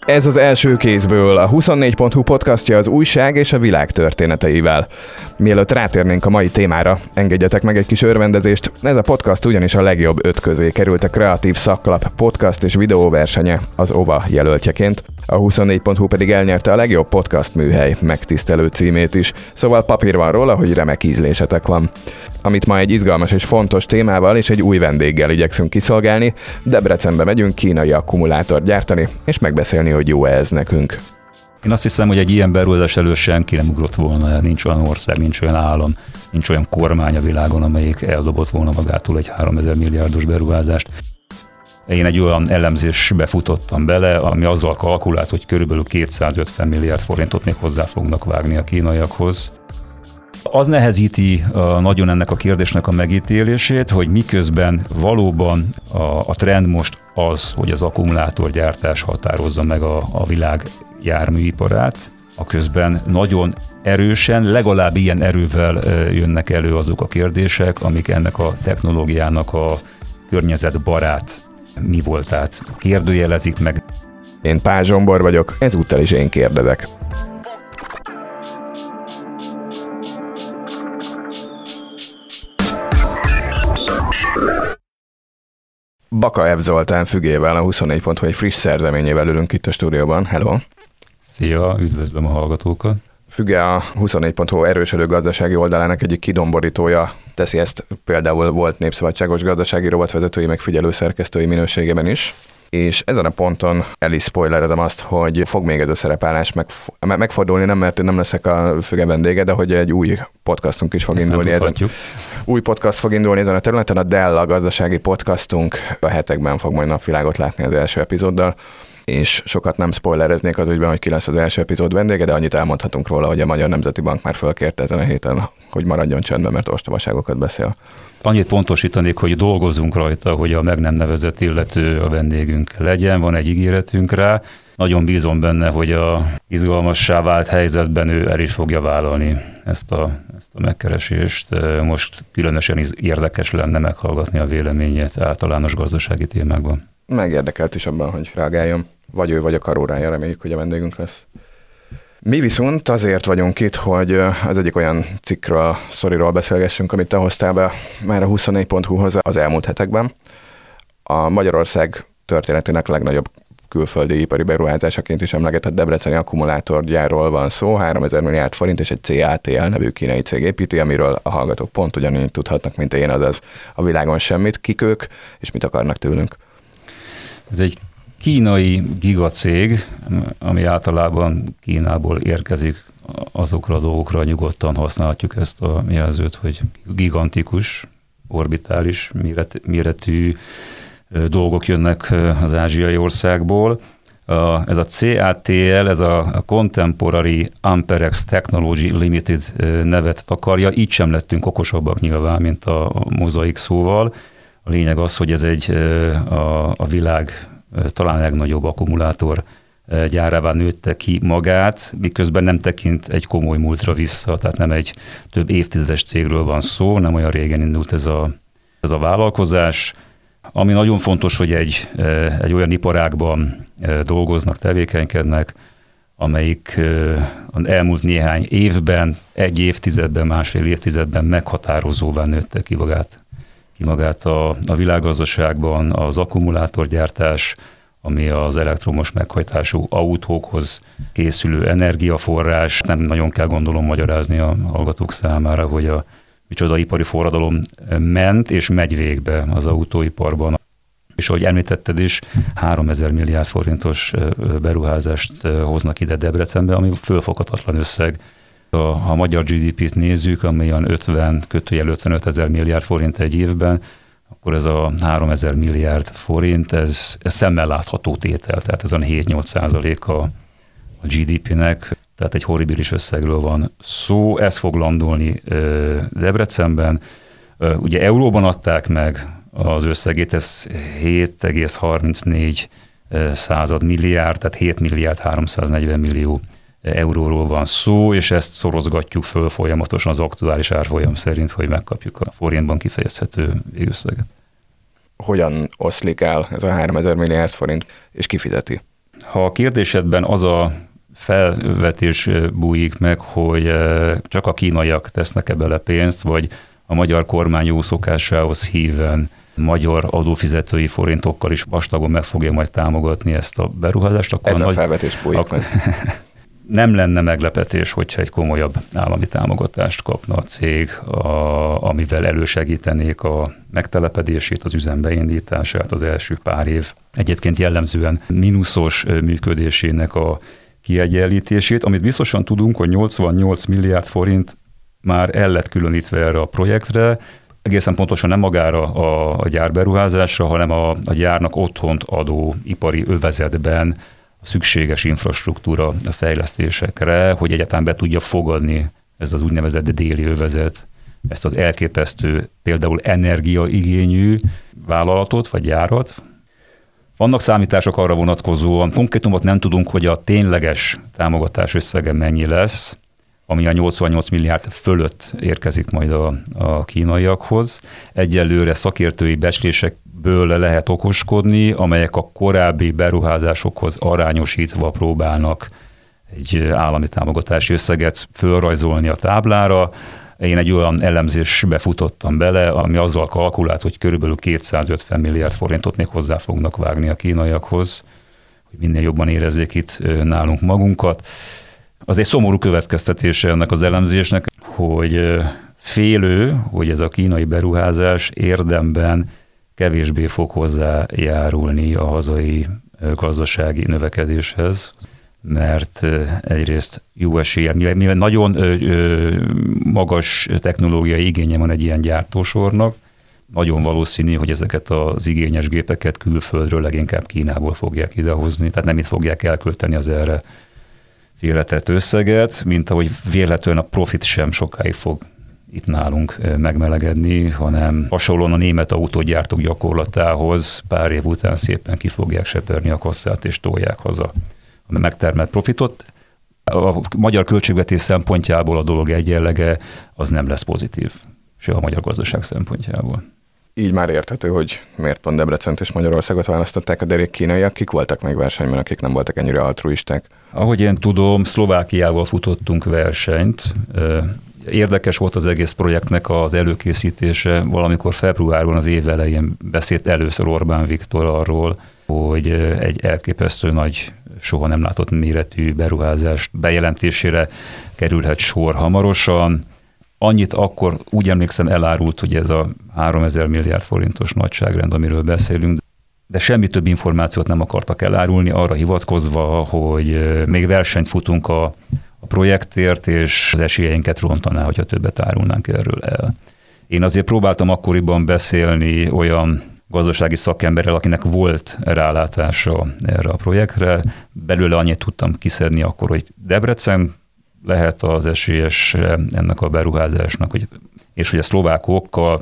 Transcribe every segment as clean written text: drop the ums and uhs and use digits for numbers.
Ez az első kézből a 24.hu podcastja az újság és a világ történeteivel. Mielőtt rátérnénk a mai témára, engedjetek meg egy kis örvendezést. Ez a podcast ugyanis a legjobb 5 közé került a Kreatív Szaklap podcast és videóversenye az OVA jelöltjeként. A 24.hu pedig elnyerte a legjobb podcast műhely megtisztelő címét is, szóval papír van róla, hogy remek ízlésetek van. Amit ma egy izgalmas és fontos témával és egy új vendéggel igyekszünk kiszolgálni, Debrecenbe megyünk kínai akkumulátort gyártani, és megbeszélni, hogy jó ez nekünk. Én azt hiszem, hogy egy ilyen beruházás elől senki nem ugrott volna el. Nincs olyan ország, nincs olyan állam, nincs olyan kormány a világon, amelyik eldobott volna magától egy 3000 milliárdos beruházást. Én egy olyan elemzésbe futottam bele, ami azzal kalkulált, hogy körülbelül 250 milliárd forintot még hozzá fognak vágni a kínaiakhoz. Az nehezíti nagyon ennek a kérdésnek a megítélését, hogy miközben valóban a trend most az, hogy az akkumulátorgyártás határozza meg a világ járműiparát, a közben nagyon erősen, legalább ilyen erővel jönnek elő azok a kérdések, amik ennek a technológiának a környezetbarát mi voltát kérdőjelezik meg. Én Pál Zsombor vagyok, ezúttal is én kérdezek. Baka F. Zoltán fügével, a 24.hu egy friss szerzeményével ülünk itt a stúdióban. Hello! Szia, üdvözlöm a hallgatókat! Füge a 24.hu erősödő gazdasági oldalának egyik kidomborítója, teszi ezt például volt Népszabadságos gazdasági rovatvezetői megfigyelő szerkesztői minőségében is. És ezen a ponton el is spoilerezem azt, hogy fog még ez a szerepállás megfordulni, nem mert én nem leszek a Füge vendége, de hogy egy új podcastunk is fog indulni ezen. Új podcast fog indulni ezen a területen, a Dell, a gazdasági podcastunk a hetekben fog majd napvilágot látni az első epizóddal, és sokat nem spoilereznék az ügyben, hogy ki lesz az első epizód vendége, de annyit elmondhatunk róla, hogy a Magyar Nemzeti Bank már fölkérte ezen a héten, hogy maradjon csendben, mert ostobaságokat beszél. Annyit pontosítanék, hogy dolgozunk rajta, hogy a meg nem nevezett illető a vendégünk legyen, van egy ígéretünk rá. Nagyon bízom benne, hogy a izgalmassá vált helyzetben ő el is fogja vállalni ezt a megkeresést. Most különösen érdekes lenne meghallgatni a véleményét általános gazdasági témákban. Megérdekelt is abban, hogy reagáljon. Vagy ő, vagy a karórája, reméljük, hogy a vendégünk lesz. Mi viszont azért vagyunk itt, hogy az egyik olyan cikkről, sztoriról beszélgessünk, amit te hoztál be már a 24.hu-hoz az elmúlt hetekben. A Magyarország történetének legnagyobb külföldi ipari beruházásaként is emlegetett debreceni akkumulátorgyárról van szó, 3000 milliárd forint és egy CATL nevű kínai cég építi, amiről a hallgatók pont ugyanígy tudhatnak, mint én, azaz a világon semmit, kik ők, és mit akarnak tőlünk. Ez egy kínai gigacég, ami általában Kínából érkezik azokra a dolgokra, nyugodtan használhatjuk ezt a jelzőt, hogy gigantikus, orbitális méretű dolgok jönnek az ázsiai országból. Ez a CATL, ez a Contemporary Amperex Technology Limited nevet takarja, így sem lettünk okosabbak nyilván, mint a mozaik szóval. A lényeg az, hogy ez a világ talán legnagyobb akkumulátor gyárává nőtte ki magát, miközben nem tekint egy komoly múltra vissza, tehát nem egy több évtizedes cégről van szó, nem olyan régen indult ez a vállalkozás. Ami nagyon fontos, hogy egy olyan iparágban dolgoznak, tevékenykednek, amelyik az elmúlt néhány évben, egy évtizedben, másfél évtizedben meghatározóvá nőtte ki magát a világgazdaságban, az akkumulátorgyártás, ami az elektromos meghajtású autókhoz készülő energiaforrás. Nem nagyon kell gondolom magyarázni a hallgatók számára, hogy micsoda ipari forradalom ment és megy végbe az autóiparban. És ahogy említetted is, 3000 milliárd forintos beruházást hoznak ide Debrecenbe, ami fölfoghatatlan összeg. Ha a magyar GDP-t nézzük, ami olyan 50-55 ezer milliárd forint egy évben, akkor ez a 3000 milliárd forint, ez szemmel látható tétel, tehát ez a 7-8% a GDP-nek, tehát egy horribilis összegről van szó. Ez fog landolni Debrecenben. Ugye euróban adták meg az összegét, ez 7,34 milliárd, tehát 7 milliárd 340 millió euróról van szó, és ezt szorozgatjuk föl folyamatosan az aktuális árfolyam szerint, hogy megkapjuk a forintban kifejezhető végösszeget. Hogyan oszlik el ez a 3000 milliárd forint, és kifizeti? Ha a kérdésedben az a felvetés bújik meg, hogy csak a kínaiak tesznek-e bele pénzt, vagy a magyar kormány jó szokásához híven magyar adófizetői forintokkal is vastagon meg fogja majd támogatni ezt a beruházást, akkor ez a felvetés bújik meg. Nem lenne meglepetés, hogyha egy komolyabb állami támogatást kapna a cég, amivel elősegítenék a megtelepedését, az üzembeindítását, az első pár év egyébként jellemzően mínuszos működésének a kiegyenlítését, amit biztosan tudunk, hogy 88 milliárd forint már el lett különítve erre a projektre, egészen pontosan nem magára a gyárberuházásra, hanem a gyárnak otthont adó ipari övezetben a szükséges infrastruktúra fejlesztésekre, hogy egyáltalán be tudja fogadni ez az úgynevezett déli övezet, ezt az elképesztő, például energiaigényű vállalatot vagy gyárat. Vannak számítások arra vonatkozóan, konkrétumot nem tudunk, hogy a tényleges támogatás összege mennyi lesz, ami a 88 milliárd fölött érkezik majd a kínaiakhoz. Egyelőre szakértői becslésekből lehet okoskodni, amelyek a korábbi beruházásokhoz arányosítva próbálnak egy állami támogatási összeget fölrajzolni a táblára. Én egy olyan elemzésbe futottam bele, ami azzal kalkulált, hogy körülbelül 250 milliárd forintot még hozzá fognak vágni a kínaiakhoz, hogy minél jobban érezzék itt nálunk magunkat. Az egy szomorú következtetése ennek az elemzésnek, hogy félő, hogy ez a kínai beruházás érdemben kevésbé fog hozzájárulni a hazai gazdasági növekedéshez, mert egyrészt jó eséllyel, mivel nagyon magas technológiai igénye van egy ilyen gyártósornak, nagyon valószínű, hogy ezeket az igényes gépeket külföldről, leginkább Kínából fogják idehozni, tehát nem itt fogják elkölteni az erre félretett összeget, mint ahogy véletlenül a profit sem sokáig fog itt nálunk megmelegedni, hanem hasonlóan a német autógyártók gyakorlatához pár év után szépen ki fogják seperni a kasszát és tolják haza a megtermelt profitot. A magyar költségvetés szempontjából a dolog egyenlege az nem lesz pozitív, se a magyar gazdaság szempontjából. Így már érthető, hogy miért pont Debrecent és Magyarországot választották a derék kínaiak. Kik voltak meg versenyben, akik nem voltak ennyire altruisták? Ahogy én tudom, Szlovákiával futottunk versenyt. Érdekes volt az egész projektnek az előkészítése. Valamikor februárban az év elején beszélt először Orbán Viktor arról, hogy egy elképesztő nagy, soha nem látott méretű beruházás bejelentésére kerülhet sor hamarosan. Annyit akkor úgy emlékszem elárult, hogy ez a 3000 milliárd forintos nagyságrend, amiről beszélünk, de semmi több információt nem akartak elárulni, arra hivatkozva, hogy még versenyt futunk a projektért, és az esélyeinket rontaná, hogyha többet árulnánk erről el. Én azért próbáltam akkoriban beszélni olyan gazdasági szakemberrel, akinek volt rálátása erre a projektre. Belőle annyit tudtam kiszedni akkor, hogy Debrecen lehet az esélyes ennek a beruházásnak, és hogy a szlovákokkal,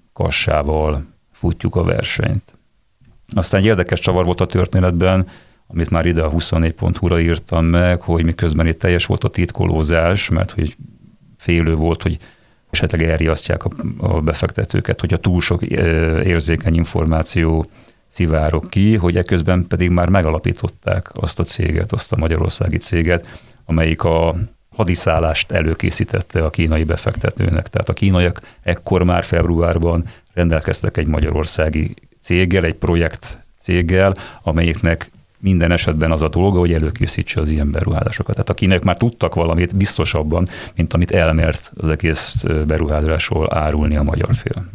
Kassával futjuk a versenyt. Aztán egy érdekes csavar volt a történetben, amit már ide a 24.hu-ra írtam meg, hogy miközben itt teljes volt a titkolózás, mert hogy félő volt, hogy esetleg elriasztják a befektetőket, hogyha túl sok érzékeny információ szivárog ki, hogy eközben pedig már megalapították azt a céget, azt a magyarországi céget, amelyik a hadiszállást előkészítette a kínai befektetőnek. Tehát a kínaiak ekkor már februárban rendelkeztek egy magyarországi céggel, egy projekt céggel, amelyiknek minden esetben az a dolga, hogy előkészítse az ilyen beruházásokat. Tehát a kínaiak már tudtak valamit biztosabban, mint amit elmert az egész beruházásról árulni a magyar fél.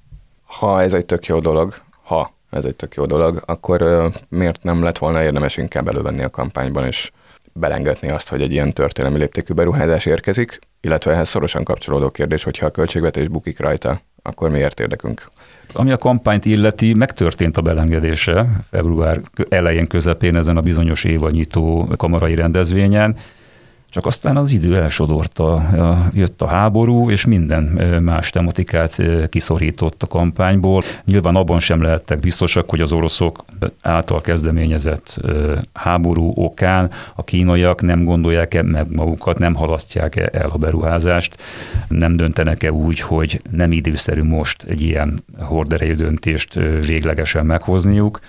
Ha ez egy tök jó dolog, akkor miért nem lett volna érdemes inkább elővenni a kampányban, és belengedni azt, hogy egy ilyen történelmi léptékű beruházás érkezik, illetve ehhez szorosan kapcsolódó kérdés, hogyha a költségvetés bukik rajta, akkor miért érdekünk? Ami a kampányt illeti, megtörtént a belengedése február elején, közepén ezen a bizonyos évanyitó kamarai rendezvényen, csak aztán az idő elsodorta, jött a háború, és minden más tematikát kiszorított a kampányból. Nyilván abban sem lehettek biztosak, hogy az oroszok által kezdeményezett háború okán a kínaiak nem gondolják-e meg magukat, nem halasztják-e el a beruházást, nem döntenek-e úgy, hogy nem időszerű most egy ilyen horderejű döntést véglegesen meghozniuk.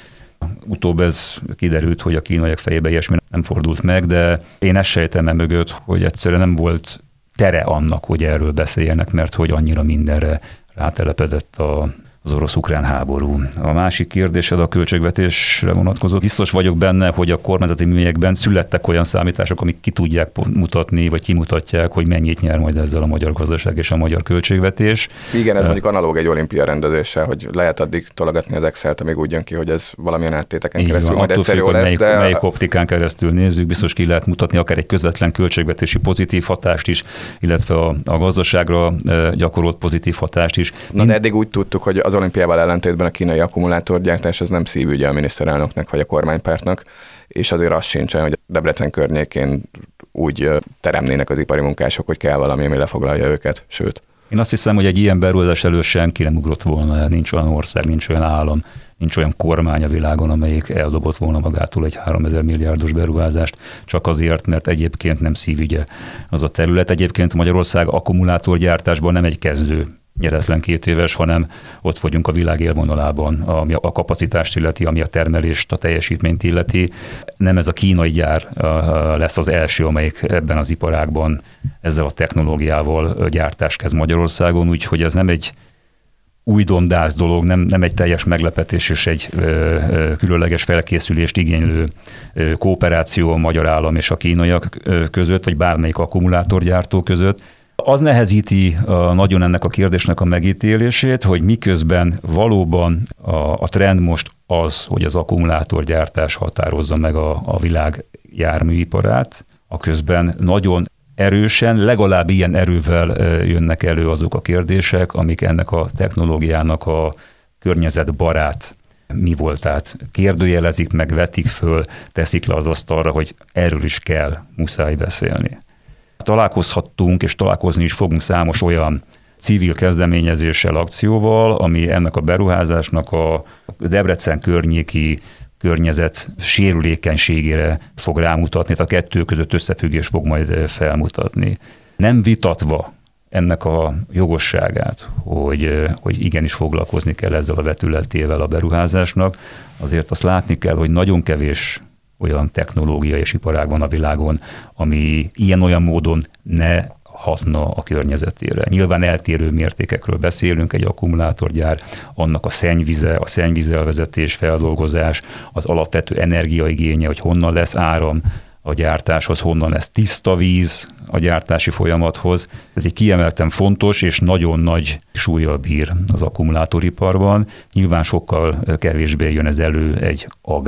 utóbb ez kiderült, hogy a kínaiak fejében ilyesmi nem fordult meg, de én ezt sejtem mögött, hogy egyszerűen nem volt tere annak, hogy erről beszéljenek, mert hogy annyira mindenre rátelepedett az orosz-ukrán háború. A másik kérdésed a költségvetésre vonatkozott. Biztos vagyok benne, hogy a kormányzati művekben születtek olyan számítások, amik ki tudják mutatni, vagy kimutatják, hogy mennyit nyer majd ezzel a magyar gazdaság és a magyar költségvetés. Igen, ez mondjuk analóg egy olimpia rendezéssel, hogy lehet addig tologatni az Excel-t, amíg úgy jön ki, hogy ez valamilyen áttéteken keresztül majd egyszer jó lesz. Melyik optikán keresztül nézzük, biztos ki lehet mutatni akár egy közvetlen költségvetési pozitív hatást is, illetve a gazdaságra gyakorolt pozitív hatást is. Na de eddig úgy tudtuk, hogy az olimpiával ellentétben a kínai akkumulátorgyártás az nem szívügye a miniszterelnöknek vagy a kormánypártnak, és azért az sincsen, hogy Debrecen környékén úgy teremnének az ipari munkások, hogy kell valami, ami lefoglalja őket, sőt. Én azt hiszem, hogy egy ilyen beruházás elől senki nem ugrott volna, nincs olyan ország, nincs olyan állam, nincs olyan kormány a világon, amelyik eldobott volna magától egy 3000 milliárdos beruházást, csak azért, mert egyébként nem szívügye az a terület. Egyébként Magyarország akkumulátorgyártásban nem egy kezdő nyeretlen 2 éves, hanem ott vagyunk a világ élvonalában, ami a kapacitást illeti, ami a termelést, a teljesítményt illeti. Nem ez a kínai gyár lesz az első, amelyik ebben az iparágban ezzel a technológiával gyártást kezd Magyarországon, úgyhogy ez nem egy újdondász dolog, nem egy teljes meglepetés és egy különleges felkészülést igénylő kooperáció a magyar állam és a kínaiak között, vagy bármelyik akkumulátorgyártó között. Az nehezíti nagyon ennek a kérdésnek a megítélését, hogy miközben valóban a trend most az, hogy az akkumulátorgyártás határozza meg a világ járműiparát, aközben nagyon erősen, legalább ilyen erővel jönnek elő azok a kérdések, amik ennek a technológiának a környezetbarát mi voltát kérdőjelezik, meg vetik föl, teszik le az asztalra, hogy erről is kell, muszáj beszélni. Találkozhattunk, és találkozni is fogunk számos olyan civil kezdeményezéssel, akcióval, ami ennek a beruházásnak a Debrecen környéki környezet sérülékenységére fog rámutatni, tehát a kettő között összefüggés fog majd felmutatni. Nem vitatva ennek a jogosságát, hogy igenis foglalkozni kell ezzel a vetületével a beruházásnak, azért azt látni kell, hogy nagyon kevés olyan technológia és iparág van a világon, ami ilyen-olyan módon ne hatna a környezetére. Nyilván eltérő mértékekről beszélünk, egy akkumulátorgyár, annak a szennyvize, a szennyvízelvezetés, feldolgozás, az alapvető energiaigénye, hogy honnan lesz áram a gyártáshoz, honnan lesz tiszta víz a gyártási folyamathoz. Ez egy kiemelten fontos és nagyon nagy súllyal bír az akkumulátoriparban. Nyilván sokkal kevésbé jön ez elő egy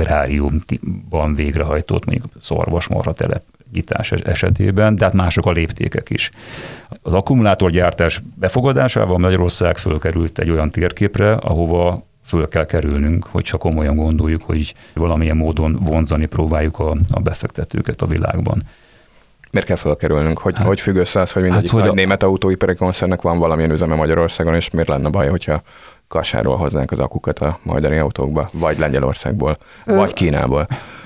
agráriumban végrehajtott, mondjuk szarvasmarha telepítás esetében, de hát mások a léptékek is. Az akkumulátorgyártás befogadásával Magyarország fölkerült egy olyan térképre, ahova föl kell kerülnünk, hogyha komolyan gondoljuk, hogy valamilyen módon vonzani próbáljuk a befektetőket a világban. Miért kell fölkerülnünk? Hogy függ össze az, hogy mindegyik nagy német autóipari koncernek van valamilyen üzeme Magyarországon, és miért lenne baj, hogyha Kassáról hoznánk az akukat a majdani autókba, vagy Lengyelországból, vagy Kínából?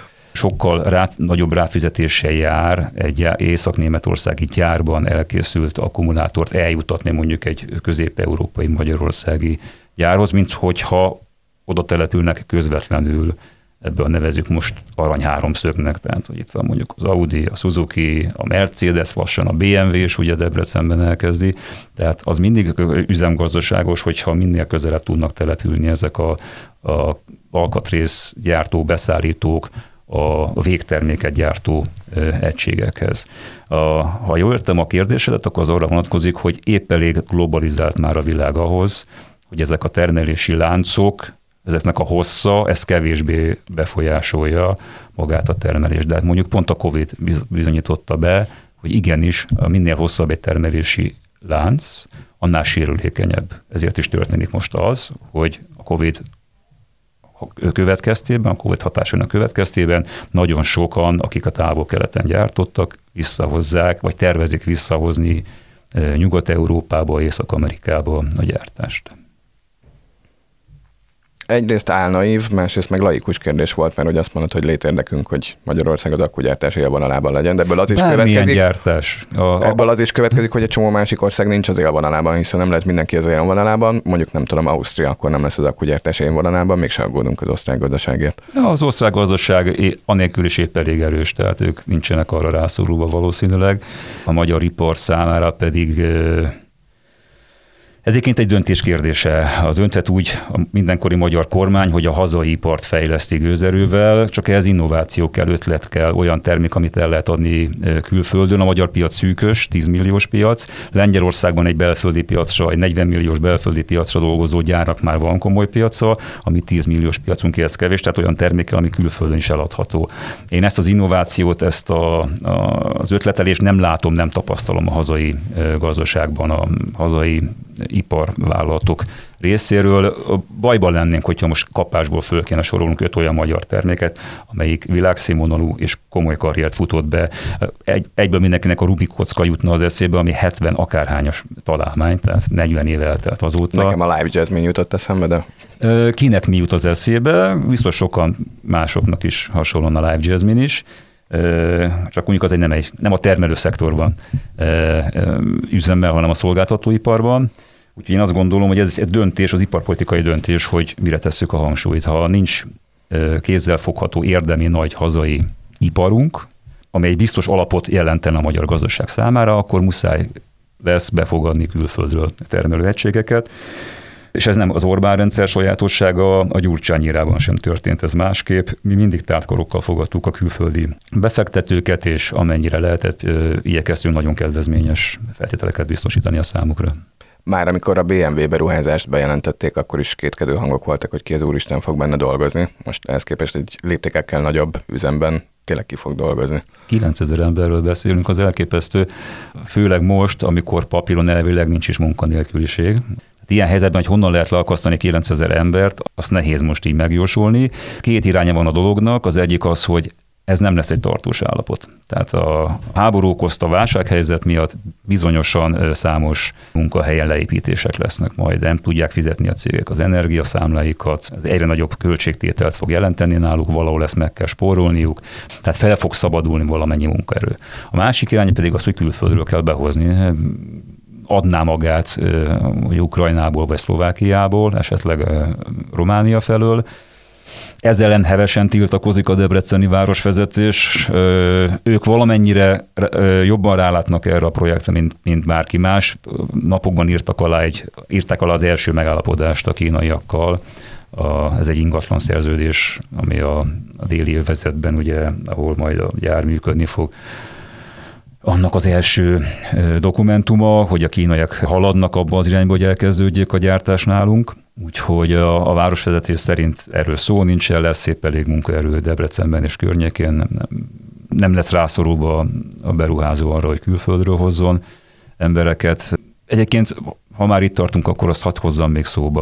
Sokkal nagyobb ráfizetéssel jár egy észak-németországi gyárban elkészült akkumulátort eljutatni mondjuk egy közép-európai magyarországi gyárhoz, mint hogyha oda települnek közvetlenül, ebből nevezzük most arany háromszögnek, tehát hogy itt van mondjuk az Audi, a Suzuki, a Mercedes, lassan a BMW is ugye Debrecenben elkezdi, tehát az mindig üzemgazdaságos, hogyha minél közelebb tudnak települni ezek a alkatrészgyártó, beszállítók a végterméket gyártó egységekhez. Ha jól értem a kérdésedet, akkor az arra vonatkozik, hogy épp elég globalizált már a világ ahhoz, hogy ezek a termelési láncok, ezeknek a hossza, ez kevésbé befolyásolja magát a termelést. De hát mondjuk pont a Covid bizonyította be, hogy igenis, minél hosszabb egy termelési lánc, annál sérülékenyebb. Ezért is történik most az, hogy a Covid következtében, a Covid hatásának következtében nagyon sokan, akik a távol-keleten gyártottak, visszahozzák, vagy tervezik visszahozni Nyugat-Európába, Észak-Amerikába a gyártást. Egyrészt álnaív, másrészt meg laikus kérdés volt, mert hogy azt mondod, hogy létérdekünk, hogy Magyarország az akkugyártás élvonalában legyen, de ebből az is következik. Gyártás. Ebből az is következik, hogy egy csomó másik ország nincs az élvonalában, hiszen nem lehet mindenki az élvonalában, mondjuk nem tudom, Ausztria akkor nem lesz az akkugyártás élvonalában, mégse aggódunk az osztrák gazdaságért. Az osztrák gazdaság anélkül is épp elég erős, tehát ők nincsenek arra rászorulva valószínűleg. A magyar ipar számára pedig ez egyébként egy döntés kérdése. A dönthet úgy a mindenkori magyar kormány, hogy a hazai ipart fejleszti gőzerővel, csak ehhez innováció kell, ötlet kell, olyan termék, amit el lehet adni külföldön. A magyar piac szűkös, 10 milliós piac. Lengyelországban egy belföldi piacra, egy 40 milliós belföldi piacra dolgozó gyárak már van komoly piaca, ami 10 milliós piacunk ez kevés, tehát olyan termékkel, ami külföldön is eladható. Én ezt az innovációt, ezt az ötletelést nem látom, nem tapasztalom a hazai gazdaságban, a hazai iparvállalatok részéről. Bajban lennénk, hogyha most kapásból föl kéne sorolnunk 5 olyan magyar terméket, amelyik világszínvonalú és komoly karriert futott be. Egyből mindenkinek a Rubik kocka jutna az eszébe, ami 70 akárhányas találmány, tehát 40 éve eltelt azóta. Nekem a Live Jasmine jutott eszembe, de... Kinek mi jut az eszébe? Biztos sokan másoknak is hasonlóan a Live Jasmine is. Csak mondjuk az nem a termelőszektorban üzemmel, hanem a szolgáltatóiparban. Úgyhogy én azt gondolom, hogy ez egy döntés, az iparpolitikai döntés, hogy mire tesszük a hangsúlyt. Ha nincs kézzelfogható érdemi nagy hazai iparunk, amely egy biztos alapot jelentene a magyar gazdaság számára, akkor muszáj lesz befogadni külföldről termelőegységeket. És ez nem az Orbán rendszer sajátossága, a Gyurcsány érában sem történt ez másképp. Mi mindig tártkorokkal fogadtuk a külföldi befektetőket, és amennyire lehetett, igyekeztünk nagyon kedvezményes feltételeket biztosítani a számukra. Már amikor a BMW beruházást bejelentették, akkor is kétkedő hangok voltak, hogy ki az úristen fog benne dolgozni. Most ehhez képest egy léptékekkel nagyobb üzemben tényleg ki fog dolgozni. 9000 emberről beszélünk, az elképesztő, főleg most, amikor papíron elvileg nincs is munkanélküliség. Ilyen helyzetben, hogy honnan lehet leakasztani 9000 embert, azt nehéz most így megjósolni. 2 iránya van a dolognak, az egyik az, hogy ez nem lesz egy tartós állapot. Tehát a háború okozta válsághelyzet miatt bizonyosan számos munkahelyen leépítések lesznek majd. Nem tudják fizetni a cégek az energiaszámláikat, ez egyre nagyobb költségtételt fog jelenteni náluk, valahol ezt meg kell spórolniuk, tehát fel fog szabadulni valamennyi munkaerő. A másik irány pedig az, hogy külföldről kell behozni, adná magát Ukrajnából vagy Szlovákiából, esetleg Románia felől. Ezzel ellen hevesen tiltakozik a debreceni városvezetés. Ők valamennyire jobban rálátnak erre a projektre, mint bárki más. Napokban írták alá az első megállapodást a kínaiakkal. Ez egy ingatlan szerződés, ami a déli övezetben, ugye, ahol majd a gyár működni fog. Annak az első dokumentuma, hogy a kínaiak haladnak abba az irányba, hogy elkezdődjék a gyártás nálunk. Úgyhogy a városvezetés szerint erről szó nincsen, lesz szép elég munkaerő Debrecenben és környékén. Nem lesz rászorulva a beruházó arra, hogy külföldről hozzon embereket. Egyébként, ha már itt tartunk, akkor azt hadd hozzam még szóba,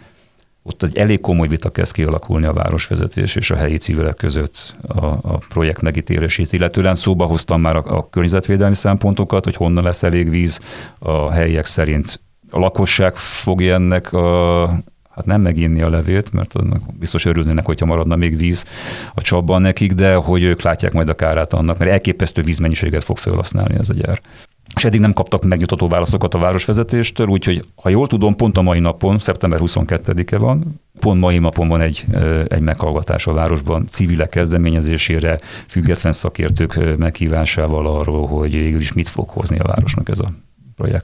ott egy elég komoly vita kezd kialakulni a városvezetés és a helyi civilek között a projekt megítélését, illetően szóba hoztam már a környezetvédelmi szempontokat, hogy honnan lesz elég víz. A helyiek szerint a lakosság fogja ennek hát nem meginni a levét, mert biztos örülnének, hogyha maradna még víz a csapban nekik, de hogy ők látják majd a kárát annak, mert elképesztő vízmennyiséget fog felhasználni ez a gyár. És eddig nem kaptak megnyugtató válaszokat a városvezetéstől, úgyhogy ha jól tudom, pont a mai napon, szeptember 22-e van, pont mai napon van egy meghallgatás a városban civilek kezdeményezésére, független szakértők meghívásával arról, hogy végül is mit fog hozni a városnak ez a projekt.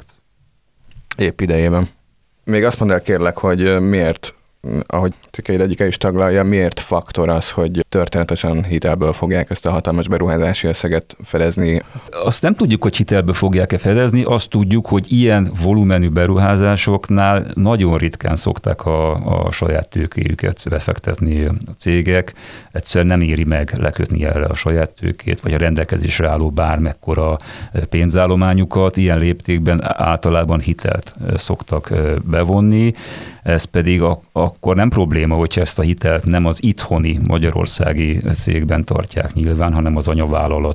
Épp idejében. Még azt mondd el kérlek, hogy miért, ahogy cikkeid egyike is taglalja, miért faktor az, hogy történetesen hitelből fogják ezt a hatalmas beruházási összeget fedezni? Azt nem tudjuk, hogy hitelből fogják-e fedezni, azt tudjuk, hogy ilyen volumenű beruházásoknál nagyon ritkán szokták a saját tőkéjüket befektetni a cégek. Egyszerűen nem éri meg lekötni erre a saját tőkét, vagy a rendelkezésre álló bármekkora pénzállományukat. Ilyen léptékben általában hitelt szoktak bevonni. Ez pedig akkor nem probléma, hogyha ezt a hitelt nem az itthoni magyarországi cégben tartják nyilván, hanem az anyavállalat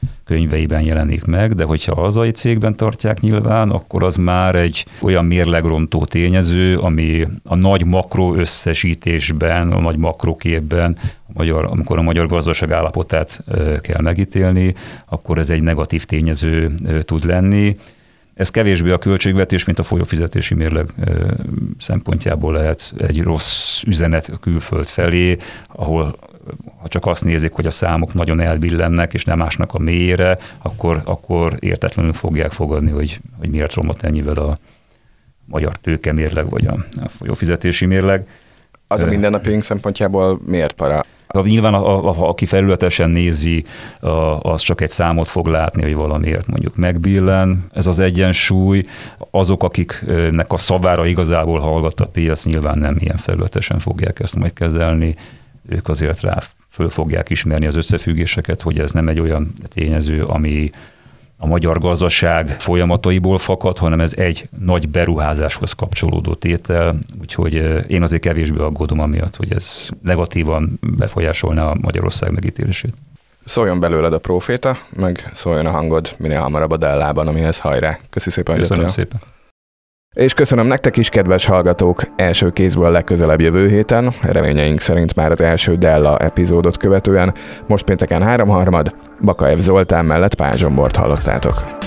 könyveiben jelenik meg, de hogyha a hazai cégben tartják nyilván, akkor az már egy olyan mérlegrontó tényező, ami a nagy makro összesítésben, a nagy makroképben, amikor a magyar gazdaság állapotát kell megítélni, akkor ez egy negatív tényező tud lenni. Ez kevésbé a költségvetés, mint a folyófizetési mérleg szempontjából lehet egy rossz üzenet a külföld felé, ahol ha csak azt nézik, hogy a számok nagyon elbillennek, és nem ásnak a mélyére, akkor értetlenül fogják fogadni, hogy miért romlott ennyivel a magyar tőkemérleg, vagy a folyófizetési mérleg. Az a mindennapjaink szempontjából miért para? Nyilván, aki felületesen nézi, az csak egy számot fog látni, hogy valamiért mondjuk megbillen. Ez az egyensúly. Azok, akiknek a szavára igazából hallgat a piac, nyilván nem ilyen felületesen fogják ezt majd kezelni. Ők azért rá föl fogják ismerni az összefüggéseket, hogy ez nem egy olyan tényező, ami a magyar gazdaság folyamataiból fakad, hanem ez egy nagy beruházáshoz kapcsolódó tétel, úgyhogy én azért kevésbé aggódom amiatt, hogy ez negatívan befolyásolná a Magyarország megítélését. Szóljon belőled a próféta, meg szóljon a hangod minél hamarabb a Dellában, amihez hajrá. Köszi szépen, hogy Köszönöm szépen. És köszönöm nektek is, kedves hallgatók, első kézből legközelebb jövő héten, reményeink szerint már az első Della epizódot követően, most pénteken 3/3, Bakaev Zoltán mellett Pál Zsombort hallottátok.